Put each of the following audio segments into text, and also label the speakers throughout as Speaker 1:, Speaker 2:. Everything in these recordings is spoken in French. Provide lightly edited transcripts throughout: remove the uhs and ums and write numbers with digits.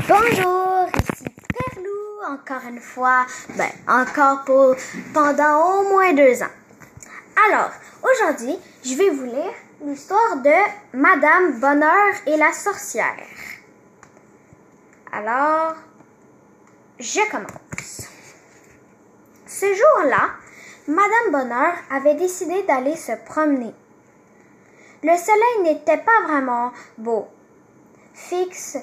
Speaker 1: Bonjour, ici Perlou, encore une fois, encore pendant au moins 2 ans. Alors, aujourd'hui, je vais vous lire l'histoire de Madame Bonheur et la sorcière. Alors, je commence. Ce jour-là, Madame Bonheur avait décidé d'aller se promener. Le soleil n'était pas vraiment beau fixe,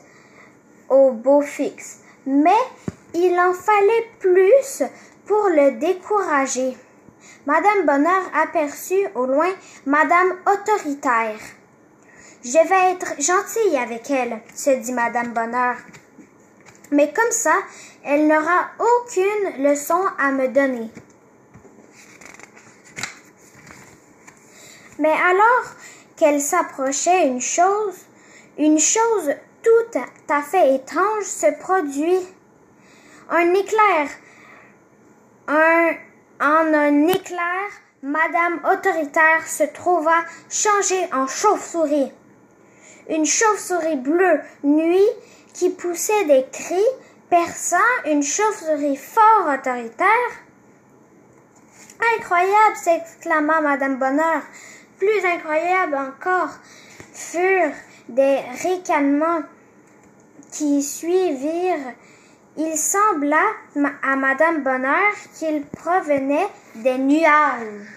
Speaker 1: mais il en fallait plus pour le décourager. Madame Bonheur aperçut au loin Madame Autoritaire. « Je vais être gentille avec elle, » se dit Madame Bonheur. « Mais comme ça, elle n'aura aucune leçon à me donner. » Mais alors qu'elle s'approchait, une chose tout à fait étrange se produit. En un éclair, Madame Autoritaire se trouva changée en chauve-souris. Une chauve-souris bleue nuit qui poussait des cris perçants, une chauve-souris fort autoritaire. « Incroyable !» s'exclama Madame Bonheur. Plus incroyable encore furent des ricanements qui suivirent. Il sembla à Madame Bonheur qu'ils provenaient des nuages.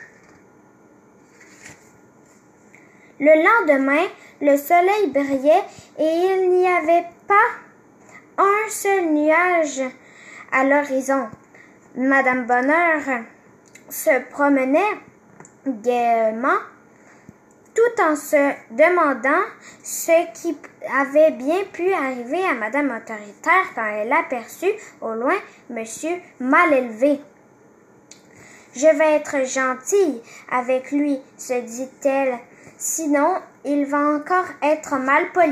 Speaker 1: Le lendemain, le soleil brillait et il n'y avait pas un seul nuage à l'horizon. Madame Bonheur se promenait gaiement, tout en se demandant ce qui avait bien pu arriver à Madame Autoritaire quand elle aperçut au loin Monsieur Malélevé. « Je vais être gentille avec lui, » se dit-elle, « sinon il va encore être mal poli. »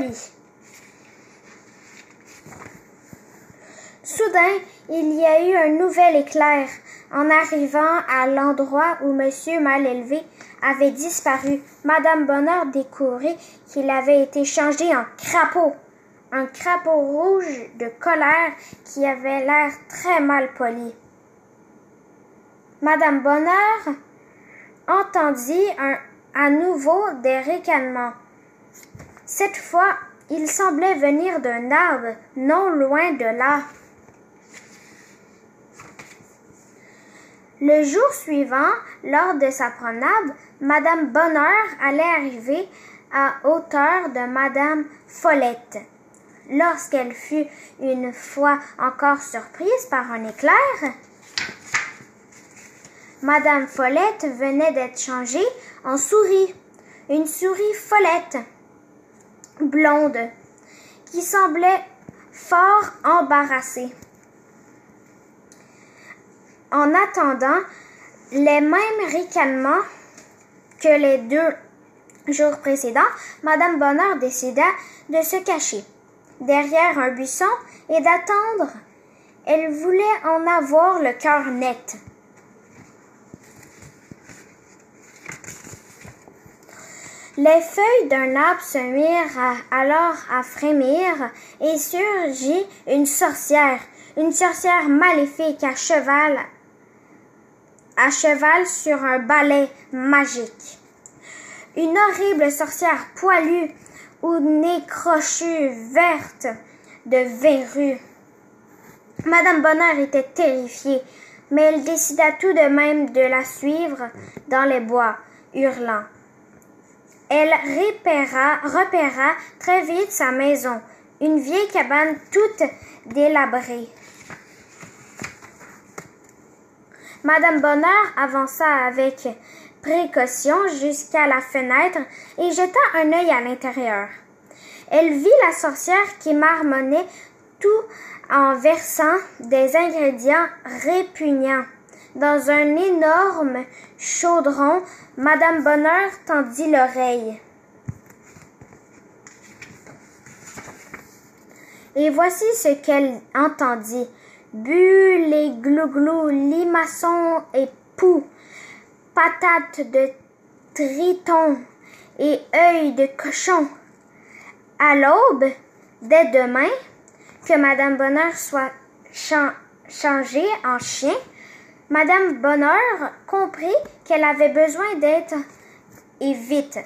Speaker 1: Soudain, il y a eu un nouvel éclair. En arrivant à l'endroit où Monsieur Malélevé avait disparu, Madame Bonheur découvrit qu'il avait été changé en crapaud. Un crapaud rouge de colère qui avait l'air très mal poli. Madame Bonheur entendit à nouveau des ricanements. Cette fois, il semblait venir d'un arbre non loin de là. Le jour suivant, lors de sa promenade, Madame Bonheur allait arriver à hauteur de Madame Follette. Lorsqu'elle fut une fois encore surprise par un éclair, Madame Follette venait d'être changée en souris, une souris Follette, blonde, qui semblait fort embarrassée. En attendant les mêmes ricanements que les 2 jours précédents, Madame Bonheur décida de se cacher derrière un buisson et d'attendre. Elle voulait en avoir le cœur net. Les feuilles d'un arbre se mirent alors à frémir et surgit une sorcière maléfique à cheval sur un balai magique. Une horrible sorcière poilue au nez crochu, verte de verrues. Madame Bonheur était terrifiée, mais elle décida tout de même de la suivre dans les bois, hurlant. Elle repéra très vite sa maison, une vieille cabane toute délabrée. Madame Bonheur avança avec précaution jusqu'à la fenêtre et jeta un œil à l'intérieur. Elle vit la sorcière qui marmonnait tout en versant des ingrédients répugnants dans un énorme chaudron. Madame Bonheur tendit l'oreille. Et voici ce qu'elle entendit. Bulle et glouglou, limaçon et poux, patates de triton et œils de cochon. À l'aube, dès demain, que Madame Bonheur soit changée en chien, Madame Bonheur comprit qu'elle avait besoin d'aide et vite.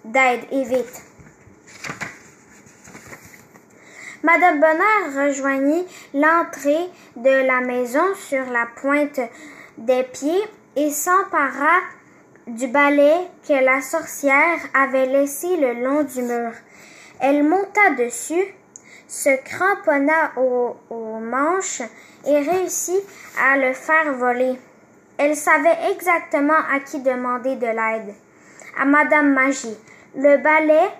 Speaker 1: Madame Bonheur rejoignit l'entrée de la maison sur la pointe des pieds et s'empara du balai que la sorcière avait laissé le long du mur. Elle monta dessus, se cramponna aux manches et réussit à le faire voler. Elle savait exactement à qui demander de l'aide. À Madame Magie. Le balai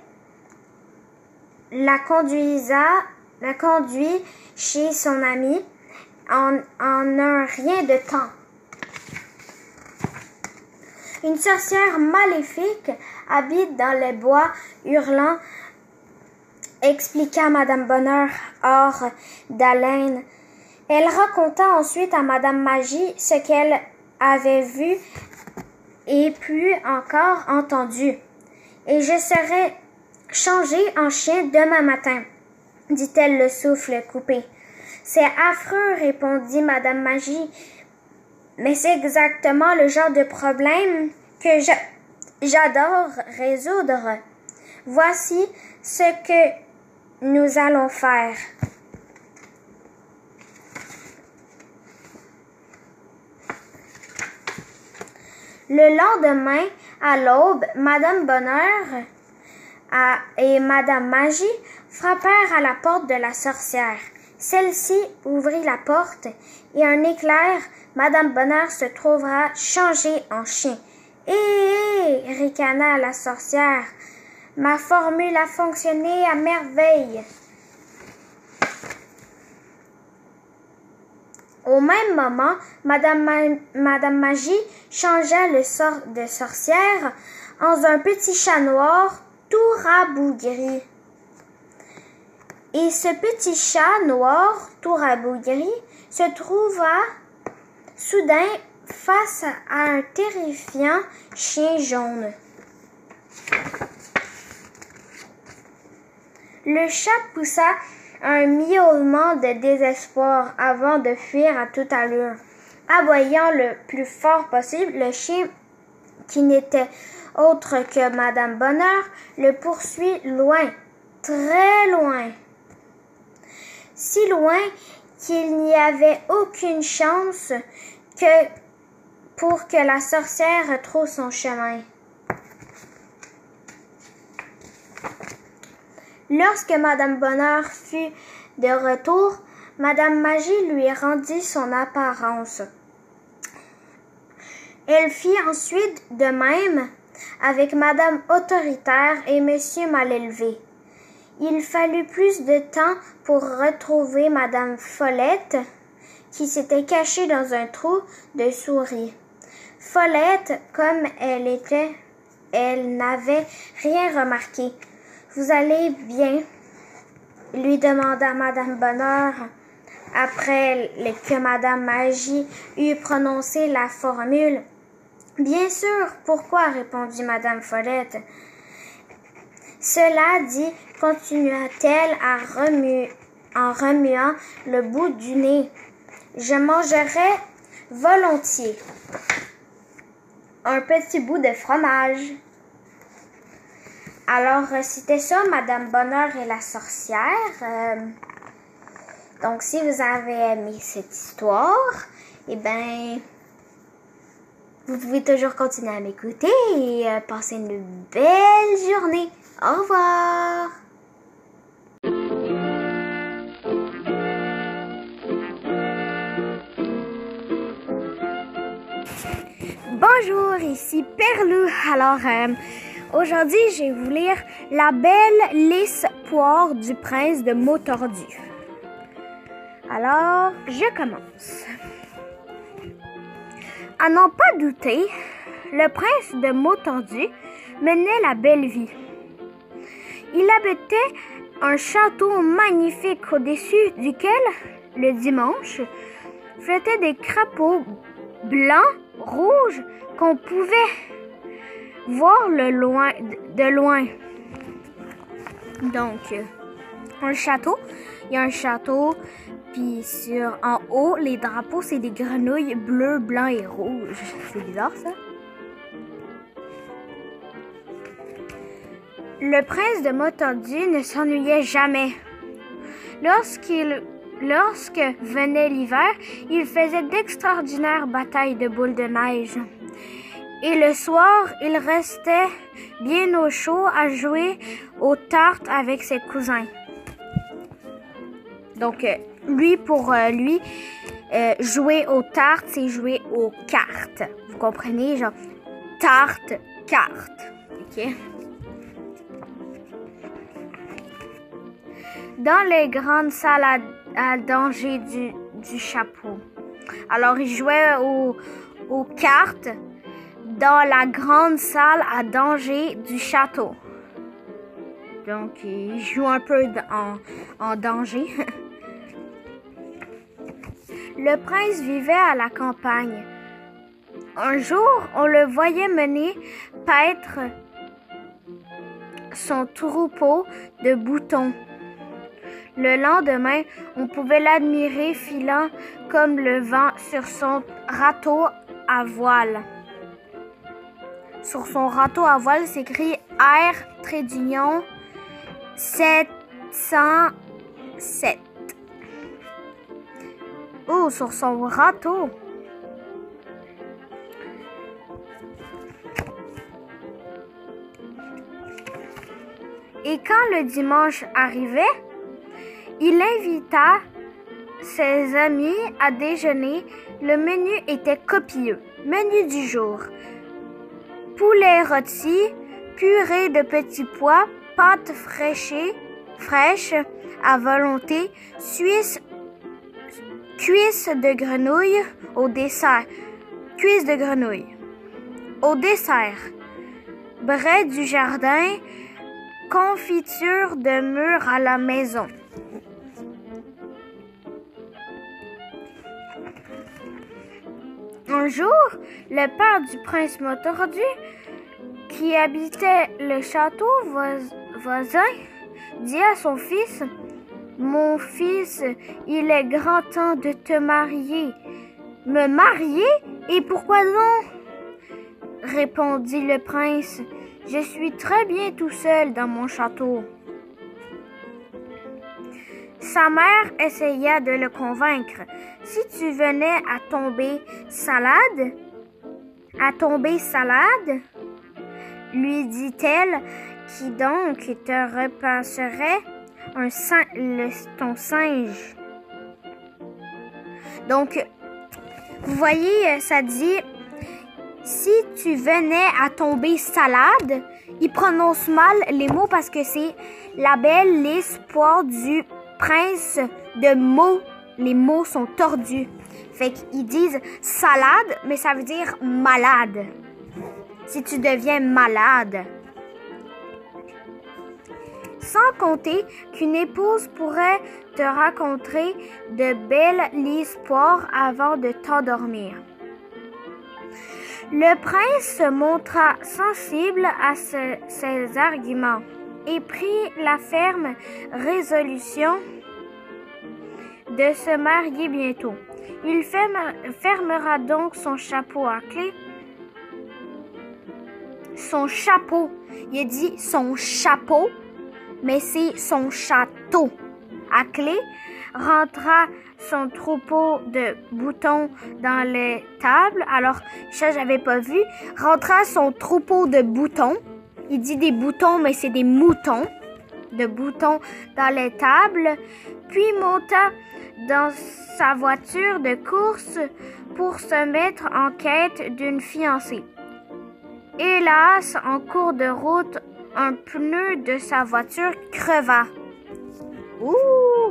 Speaker 1: la conduit chez son amie en un rien de temps. Une sorcière maléfique habite dans les bois hurlant, expliqua Madame Bonheur hors d'haleine. Elle raconta ensuite à Madame Magie ce qu'elle avait vu et puis encore entendu. Et je serai changée en chien demain matin, dit-elle le souffle coupé. C'est affreux, répondit Madame Magie, mais c'est exactement le genre de problème que j'adore résoudre. Voici ce que nous allons faire. Le lendemain, à l'aube, Madame Bonheur et Madame Magie frappèrent à la porte de la sorcière. Celle-ci ouvrit la porte et un éclair, Madame Bonheur se trouvera changée en chien. Ricana la sorcière. Ma formule a fonctionné à merveille. Au même moment, Madame Magie changea le sort de sorcière en un petit chat noir tout rabougri. Et ce petit chat noir tout rabougri se trouva soudain face à un terrifiant chien jaune. Le chat poussa un miaulement de désespoir avant de fuir à toute allure. Aboyant le plus fort possible, le chien, qui n'était autre que Madame Bonheur, le poursuit loin, très loin. Si loin qu'il n'y avait aucune chance pour que la sorcière retrouve son chemin. Lorsque Madame Bonheur fut de retour, Madame Magie lui rendit son apparence. Elle fit ensuite de même avec Madame Autoritaire et Monsieur Malélevé. Il fallut plus de temps pour retrouver Madame Follette, qui s'était cachée dans un trou de souris. Follette, comme elle n'avait rien remarqué. « Vous allez bien? » lui demanda Madame Bonheur, après que Madame Magie eut prononcé la formule. « Bien sûr, pourquoi? » répondit Madame Follette. « Cela dit, continua-t-elle en remuant le bout du nez, je mangerais volontiers un petit bout de fromage. » Alors, c'était ça, Madame Bonheur et la sorcière. Donc, si vous avez aimé cette histoire, eh bien, vous pouvez toujours continuer à m'écouter et passer une belle journée. Au revoir! Bonjour, ici Perlou. Alors, aujourd'hui, je vais vous lire La belle lisse poire du prince de Mautordu. Alors, je commence. À n'en pas douter, le prince de Mautordu menait la belle vie. Il habitait un château magnifique au-dessus duquel, le dimanche, flottaient des crapauds blancs, rouges, qu'on pouvait voir de loin. Donc, dans le château,
Speaker 2: il y a un château, puis en haut, les drapeaux, c'est des grenouilles bleues, blancs et rouges. C'est bizarre, ça. Le prince de Motordu ne s'ennuyait jamais. Lorsque venait l'hiver, il faisait d'extraordinaires batailles de boules de neige. Et le soir, il restait bien au chaud à jouer aux tartes avec ses cousins. Donc, jouer aux tartes, c'est jouer aux cartes. Vous comprenez? Genre, tarte, carte. OK? Dans les grandes salles à danger du chapeau. Alors, il jouait aux cartes dans la grande salle à danger du château. Donc, il joue un peu en danger. Le prince vivait à la campagne. Un jour, on le voyait mener paître son troupeau de boutons. Le lendemain, on pouvait l'admirer filant comme le vent sur son râteau à voile. Sur son râteau à voile s'écrit R 707. Oh, sur son râteau. Et quand le dimanche arrivait, il invita ses amis à déjeuner. Le menu était copieux. Menu du jour: poulet rôti, purée de petits pois, pâte fraîche à volonté, cuisses de grenouille au dessert. Cuisses de grenouille. Au dessert, brais du jardin, confiture de mûres à la maison. Un jour, le père du prince Motordu, qui habitait le château voisin, dit à son fils: « Mon fils, il est grand temps de te marier. »« Me marier? Et pourquoi donc? » répondit le prince. « Je suis très bien tout seul dans mon château. » Sa mère essaya de le convaincre. « Si tu venais à tomber salade, lui dit-elle, qui donc te repasserait ton singe. » Donc, vous voyez, ça dit, si tu venais à tomber salade, il prononce mal les mots parce que c'est la belle l'espoir du prince de mots. Les mots sont tordus. Fait qu'ils disent salade, mais ça veut dire malade. Si tu deviens malade. Sans compter qu'une épouse pourrait te raconter de belles histoires avant de t'endormir. Le prince se montra sensible à ces arguments et prit la ferme résolution de se marier bientôt. Il fermera donc son chapeau à clé. Son chapeau. Il a dit son chapeau, mais c'est son château. À clé, rentra son troupeau de boutons dans les tables. Alors, ça, j'avais pas vu. Rentra son troupeau de boutons. Il dit des boutons, mais c'est des moutons. De boutons dans les tables. Puis monta dans sa voiture de course pour se mettre en quête d'une fiancée. Hélas, en cours de route, un pneu de sa voiture creva. Ouh!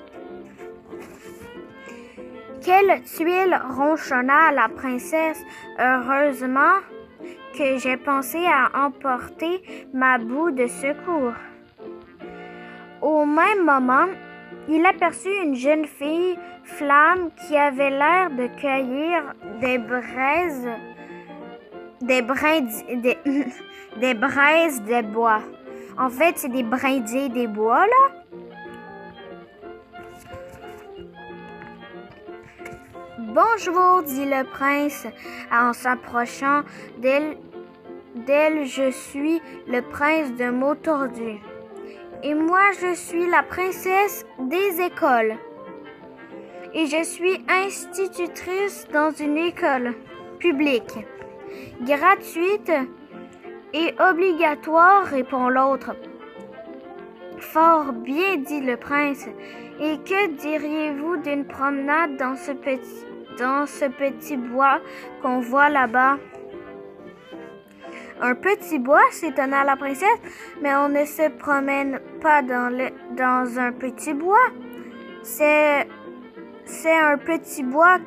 Speaker 2: Quelle tuile, ronchonna la princesse. Heureusement que j'ai pensé à emporter ma boue de secours. Au même moment, il aperçut une jeune fille flamme qui avait l'air de cueillir des braises de bois. En fait, c'est des brindilles des bois, là. Bonjour, dit le prince en s'approchant d'elle. Je suis le prince de mots tordus. Et moi, je suis la princesse des écoles. Et je suis institutrice dans une école publique, gratuite et obligatoire, répond l'autre. Fort bien, dit le prince. Et que diriez-vous d'une promenade dans ce petit bois qu'on voit là-bas? Un petit bois, s'étonna la princesse, mais on ne se promène pas dans un petit bois. C'est un petit bois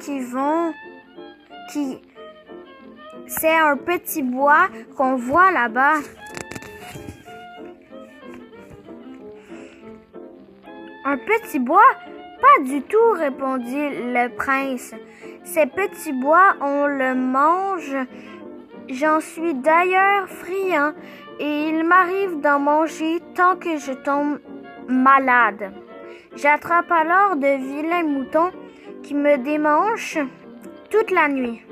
Speaker 2: c'est un petit bois qu'on voit là-bas. Un petit bois? Pas du tout, répondit le prince. Ces petits bois, on le mange. J'en suis d'ailleurs friand et il m'arrive d'en manger tant que je tombe malade. J'attrape alors de vilains moutons qui me démangent toute la nuit.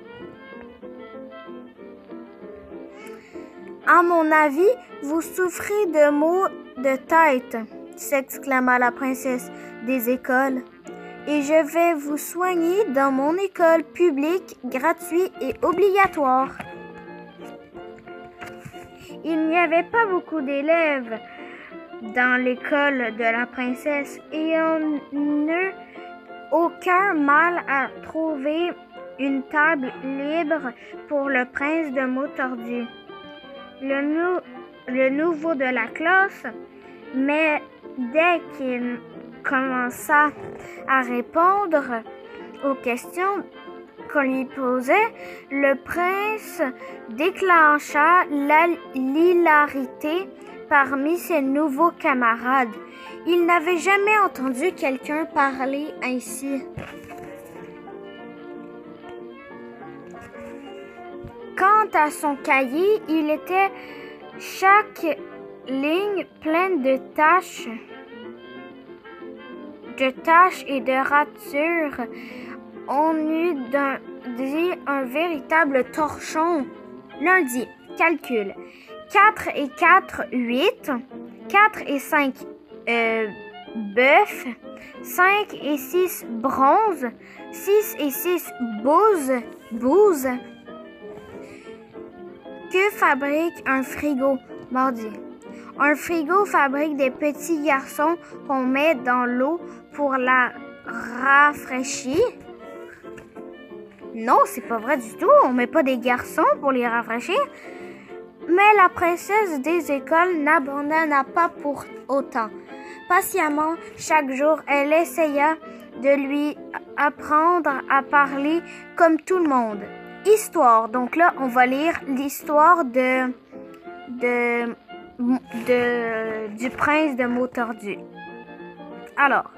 Speaker 2: À mon avis, vous souffrez de maux de tête, s'exclama la princesse des écoles, et je vais vous soigner dans mon école publique, gratuite et obligatoire. Il n'y avait pas beaucoup d'élèves dans l'école de la princesse et on n'eut aucun mal à trouver une table libre pour le prince de mots tordus. Le nouveau de la classe, mais dès qu'il commença à répondre aux questions qu'on lui posait, le prince déclencha l'hilarité parmi ses nouveaux camarades. Il n'avait jamais entendu quelqu'un parler ainsi. Quant à son cahier, il était chaque ligne pleine de taches et de ratures. On eût dit un véritable torchon. Lundi, calcul. 4 et 4, 8. 4 et 5, bœuf. 5 et 6, bronze. 6 et 6, bouse. Que fabrique un frigo? Mardi. Un frigo fabrique des petits garçons qu'on met dans l'eau pour la rafraîchir. Non, c'est pas vrai du tout. On met pas des garçons pour les rafraîchir. Mais la princesse des écoles n'abandonna pas pour autant. Patiemment, chaque jour, elle essaya de lui apprendre à parler comme tout le monde. Histoire. Donc là, on va lire l'histoire du prince de mots tordus. Alors,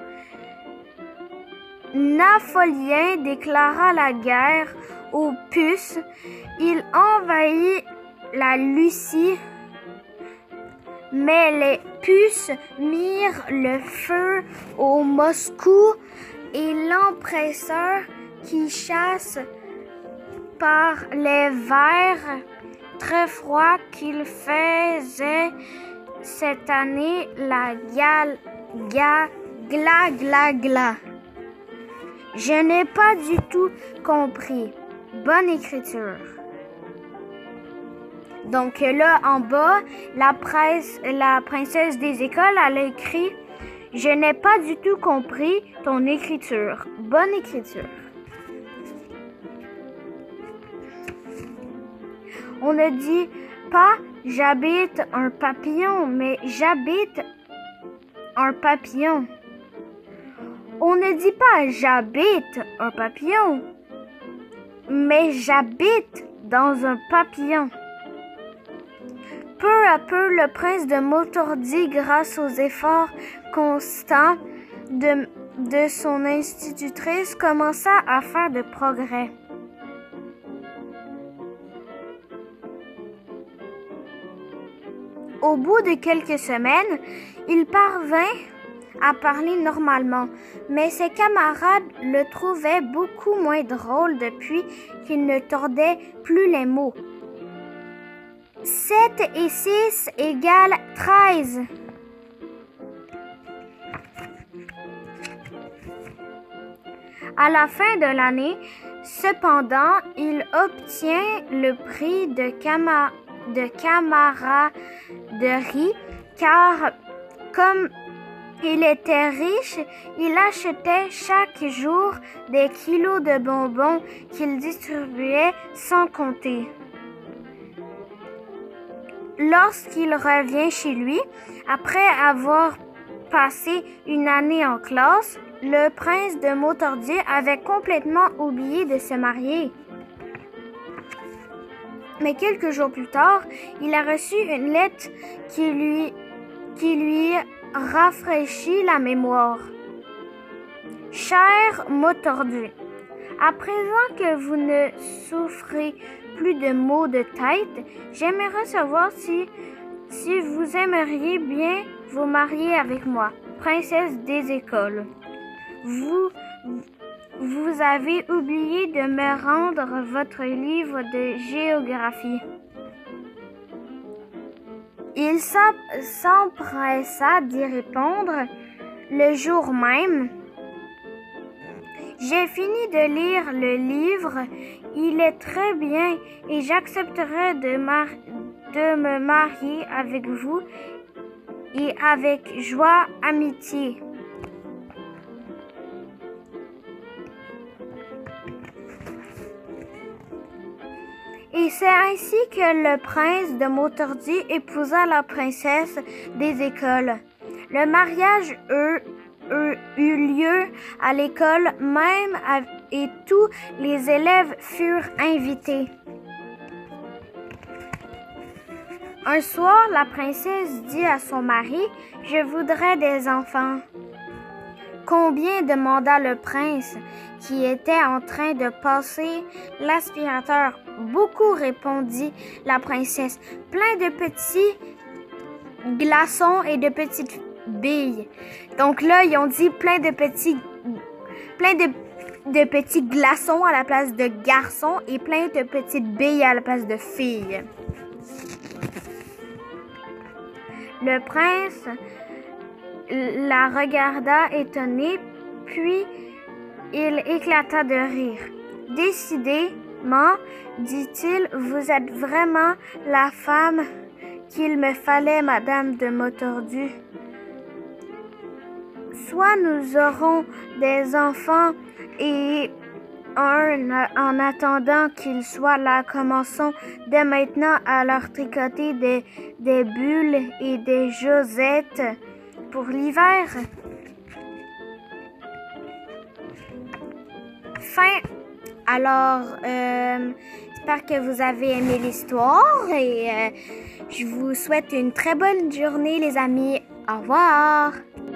Speaker 2: Napoléon déclara la guerre aux puces. Il envahit la Russie, mais les puces mirent le feu au Moscou et l'empereur qui chasse par les vers très froids qu'il faisait cette année, la gla. Je n'ai pas du tout compris. Bonne écriture. Donc là, en bas, la princesse des écoles, elle a écrit « Je n'ai pas du tout compris ton écriture. Bonne écriture. » On ne dit pas « J'habite un papillon », mais « J'habite un papillon ». On ne dit pas « J'habite un papillon », mais « J'habite dans un papillon ». Peu à peu, le prince de mots tordus, grâce aux efforts constants de son institutrice, commença à faire de progrès. Au bout de quelques semaines, il parvint à parler normalement, mais ses camarades le trouvaient beaucoup moins drôle depuis qu'il ne tordait plus les mots. 7 et 6 égale 13. À la fin de l'année, cependant, il obtient le prix de camaraderie car, comme il était riche, il achetait chaque jour des kilos de bonbons qu'il distribuait sans compter. Lorsqu'il revient chez lui, après avoir passé une année en classe, le prince de Mautordier avait complètement oublié de se marier. Mais quelques jours plus tard, il a reçu une lettre qui lui rafraîchit la mémoire. Cher Mautordier, à présent que vous ne souffrez plus de maux de tête, j'aimerais savoir si vous aimeriez bien vous marier avec moi, princesse des écoles. Vous avez oublié de me rendre votre livre de géographie. Il s'empressa d'y répondre le jour même. J'ai fini de lire le livre, il est très bien et j'accepterai de me marier avec vous et avec joie, amitié. Et c'est ainsi que le prince de Mautordier épousa la princesse des écoles. Le mariage eut lieu à l'école même et tous les élèves furent invités. Un soir, la princesse dit à son mari, « Je voudrais des enfants. » Combien demanda le prince, qui était en train de passer l'aspirateur. Beaucoup, répondit la princesse, plein de petits glaçons et de petites billes. Donc là, ils ont dit plein de petits glaçons à la place de garçons et plein de petites billes à la place de filles. Le prince la regarda étonné, puis il éclata de rire. « Décidément, dit-il, vous êtes vraiment la femme qu'il me fallait, Madame de Mautordier. Soit nous aurons des enfants et en attendant qu'ils soient là, commençons dès maintenant à leur tricoter des bulles et des josettes pour l'hiver. » Fin. Alors, j'espère que vous avez aimé l'histoire et je vous souhaite une très bonne journée, les amis. Au revoir!